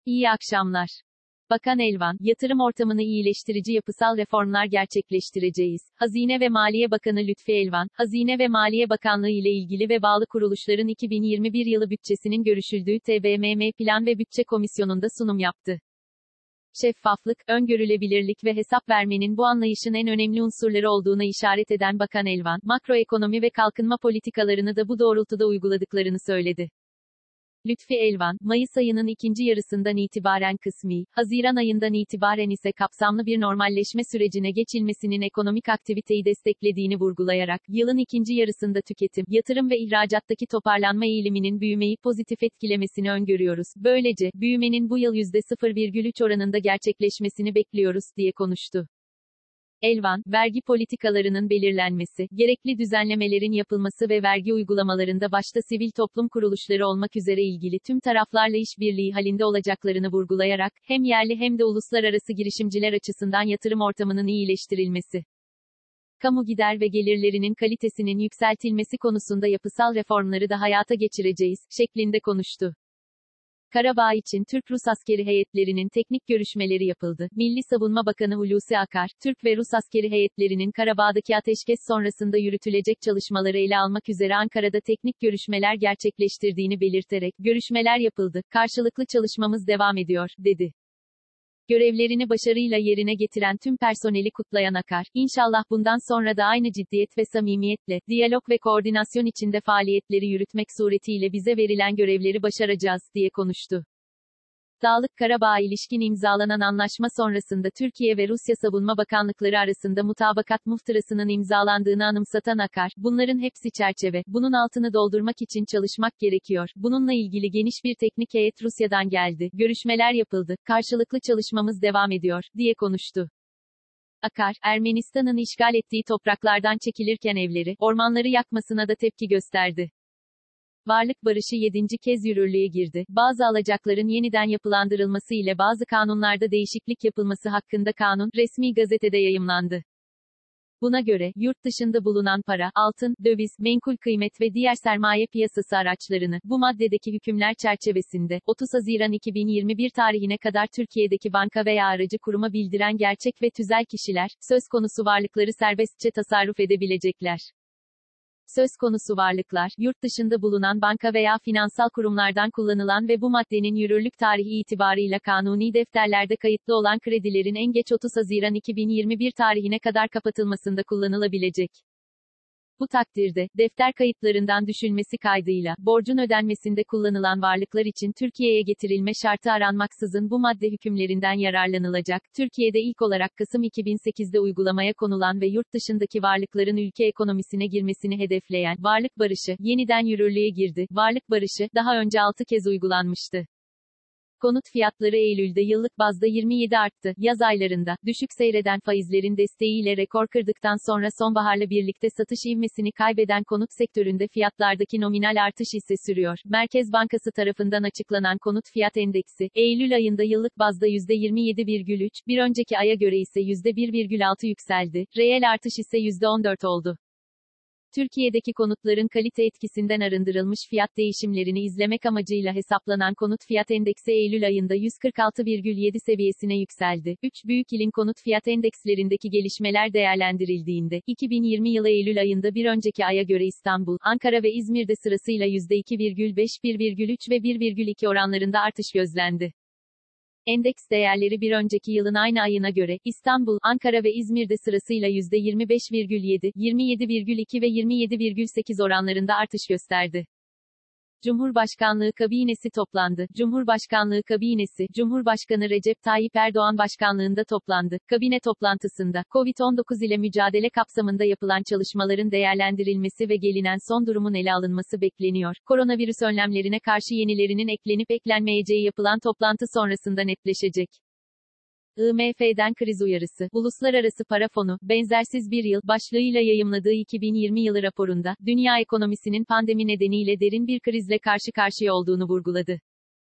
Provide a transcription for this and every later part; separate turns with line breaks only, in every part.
İyi akşamlar. Bakan Elvan, yatırım ortamını iyileştirici yapısal reformlar gerçekleştireceğiz. Hazine ve Maliye Bakanı Lütfi Elvan, Hazine ve Maliye Bakanlığı ile ilgili ve bağlı kuruluşların 2021 yılı bütçesinin görüşüldüğü TBMM Plan ve Bütçe Komisyonu'nda sunum yaptı. Şeffaflık, öngörülebilirlik ve hesap vermenin bu anlayışın en önemli unsurları olduğuna işaret eden Bakan Elvan, makroekonomi ve kalkınma politikalarını da bu doğrultuda uyguladıklarını söyledi. Lütfi Elvan, Mayıs ayının ikinci yarısından itibaren kısmi, Haziran ayından itibaren ise kapsamlı bir normalleşme sürecine geçilmesinin ekonomik aktiviteyi desteklediğini vurgulayarak, yılın ikinci yarısında tüketim, yatırım ve ihracattaki toparlanma eğiliminin büyümeyi pozitif etkilemesini öngörüyoruz. Böylece, büyümenin bu yıl %0,3 oranında gerçekleşmesini bekliyoruz, diye konuştu. Elvan, vergi politikalarının belirlenmesi, gerekli düzenlemelerin yapılması ve vergi uygulamalarında başta sivil toplum kuruluşları olmak üzere ilgili tüm taraflarla işbirliği halinde olacaklarını vurgulayarak, hem yerli hem de uluslararası girişimciler açısından yatırım ortamının iyileştirilmesi, kamu gider ve gelirlerinin kalitesinin yükseltilmesi konusunda yapısal reformları da hayata geçireceğiz, şeklinde konuştu. Karabağ için Türk-Rus askeri heyetlerinin teknik görüşmeleri yapıldı. Milli Savunma Bakanı Hulusi Akar, Türk ve Rus askeri heyetlerinin Karabağ'daki ateşkes sonrasında yürütülecek çalışmaları ele almak üzere Ankara'da teknik görüşmeler gerçekleştirdiğini belirterek, görüşmeler yapıldı, karşılıklı çalışmamız devam ediyor, dedi. Görevlerini başarıyla yerine getiren tüm personeli kutlayan Akar, İnşallah bundan sonra da aynı ciddiyet ve samimiyetle, diyalog ve koordinasyon içinde faaliyetleri yürütmek suretiyle bize verilen görevleri başaracağız, diye konuştu. Dağlık Karabağ'a ilişkin imzalanan anlaşma sonrasında Türkiye ve Rusya Savunma Bakanlıkları arasında mutabakat muhtırasının imzalandığını anımsatan Akar, bunların hepsi çerçeve, bunun altını doldurmak için çalışmak gerekiyor, bununla ilgili geniş bir teknik heyet Rusya'dan geldi, görüşmeler yapıldı, karşılıklı çalışmamız devam ediyor, diye konuştu. Akar, Ermenistan'ın işgal ettiği topraklardan çekilirken evleri, ormanları yakmasına da tepki gösterdi. Varlık barışı 7. kez yürürlüğe girdi. Bazı alacakların yeniden yapılandırılması ile bazı kanunlarda değişiklik yapılması hakkında kanun, resmi gazetede yayımlandı. Buna göre, yurt dışında bulunan para, altın, döviz, menkul kıymet ve diğer sermaye piyasası araçlarını, bu maddedeki hükümler çerçevesinde, 30 Haziran 2021 tarihine kadar Türkiye'deki banka veya aracı kuruma bildiren gerçek ve tüzel kişiler, söz konusu varlıkları serbestçe tasarruf edebilecekler. Söz konusu varlıklar, yurt dışında bulunan banka veya finansal kurumlardan kullanılan ve bu maddenin yürürlük tarihi itibarıyla kanuni defterlerde kayıtlı olan kredilerin en geç 30 Haziran 2021 tarihine kadar kapatılmasında kullanılabilecek. Bu takdirde, defter kayıtlarından düşülmesi kaydıyla, borcun ödenmesinde kullanılan varlıklar için Türkiye'ye getirilme şartı aranmaksızın bu madde hükümlerinden yararlanılacak. Türkiye'de ilk olarak Kasım 2008'de uygulamaya konulan ve yurt dışındaki varlıkların ülke ekonomisine girmesini hedefleyen, varlık barışı, yeniden yürürlüğe girdi. Varlık barışı, daha önce 6 kez uygulanmıştı. Konut fiyatları Eylül'de yıllık bazda 27 arttı. Yaz aylarında, düşük seyreden faizlerin desteğiyle rekor kırdıktan sonra sonbaharla birlikte satış ivmesini kaybeden konut sektöründe fiyatlardaki nominal artış ise sürüyor. Merkez Bankası tarafından açıklanan konut fiyat endeksi, Eylül ayında yıllık bazda %27,3, bir önceki aya göre ise %1,6 yükseldi. Reel artış ise %14 oldu. Türkiye'deki konutların kalite etkisinden arındırılmış fiyat değişimlerini izlemek amacıyla hesaplanan konut fiyat endeksi Eylül ayında 146,7 seviyesine yükseldi. 3 büyük ilin konut fiyat endekslerindeki gelişmeler değerlendirildiğinde, 2020 yılı Eylül ayında bir önceki aya göre İstanbul, Ankara ve İzmir'de sırasıyla %2,5, 1,3 ve 1,2 oranlarında artış gözlendi. Endeks değerleri bir önceki yılın aynı ayına göre, İstanbul, Ankara ve İzmir'de sırasıyla %25,7, 27,2 ve 27,8 oranlarında artış gösterdi. Cumhurbaşkanlığı Kabinesi toplandı. Cumhurbaşkanlığı Kabinesi, Cumhurbaşkanı Recep Tayyip Erdoğan başkanlığında toplandı. Kabine toplantısında, Covid-19 ile mücadele kapsamında yapılan çalışmaların değerlendirilmesi ve gelinen son durumun ele alınması bekleniyor. Koronavirüs önlemlerine karşı yenilerinin eklenip eklenmeyeceği yapılan toplantı sonrasında netleşecek. IMF'den kriz uyarısı. Uluslararası Para Fonu, benzersiz bir yıl başlığıyla yayımladığı 2020 yılı raporunda, dünya ekonomisinin pandemi nedeniyle derin bir krizle karşı karşıya olduğunu vurguladı.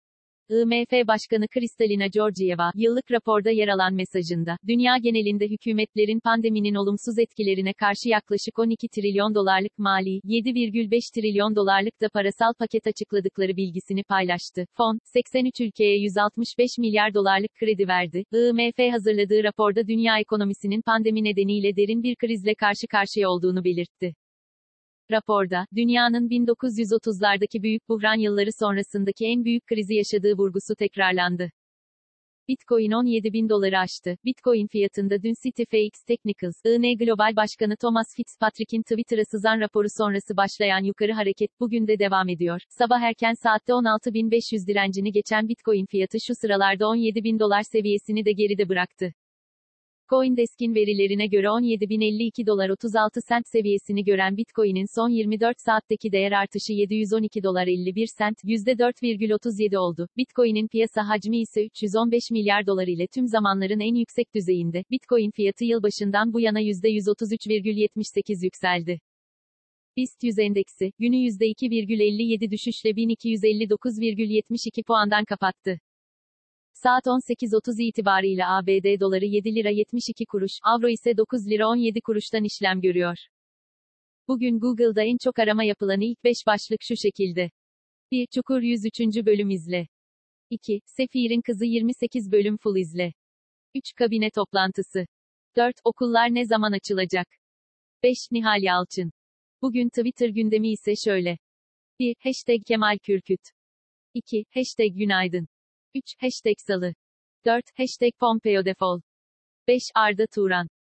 IMF Başkanı Kristalina Georgieva, yıllık raporda yer alan mesajında, dünya genelinde hükümetlerin pandeminin olumsuz etkilerine karşı yaklaşık 12 trilyon dolarlık mali, 7,5 trilyon dolarlık da parasal paket açıkladıkları bilgisini paylaştı. Fon, 83 ülkeye 165 milyar dolarlık kredi verdi. IMF hazırladığı raporda dünya ekonomisinin pandemi nedeniyle derin bir krizle karşı karşıya olduğunu belirtti. Raporda, dünyanın 1930'lardaki büyük buhran yılları sonrasındaki en büyük krizi yaşadığı vurgusu tekrarlandı. Bitcoin 17.000 doları aştı. Bitcoin fiyatında dün CitiFX Technicals, IN Global Başkanı Thomas Fitzpatrick'in Twitter'a sızan raporu sonrası başlayan yukarı hareket, bugün de devam ediyor. Sabah erken saatte 16.500 direncini geçen Bitcoin fiyatı şu sıralarda 17.000 dolar seviyesini de geride bıraktı. CoinDesk'in verilerine göre 17.052 dolar 36 sent seviyesini gören Bitcoin'in son 24 saatteki değer artışı 712 dolar 51 sent, %4,37 oldu. Bitcoin'in piyasa hacmi ise 315 milyar dolar ile tüm zamanların en yüksek düzeyinde. Bitcoin fiyatı yılbaşından bu yana %133,78 yükseldi. BIST 100 endeksi, günü %2,57 düşüşle 1259,72 puandan kapattı. Saat 18.30 itibarıyla ABD doları 7 lira 72 kuruş, avro ise 9 lira 17 kuruştan işlem görüyor. Bugün Google'da en çok arama yapılan ilk 5 başlık şu şekilde. 1. Çukur 103. bölüm izle. 2. Sefir'in kızı 28 bölüm full izle. 3. Kabine toplantısı. 4. Okullar ne zaman açılacak? 5. Nihal Yalçın. Bugün Twitter gündemi ise şöyle. 1. Hashtag Kemal Kürküt. 2. Hashtag Günaydın. 3. Hashtag Salı. 4. Hashtag Pompeo Defol. 5. Arda Turan.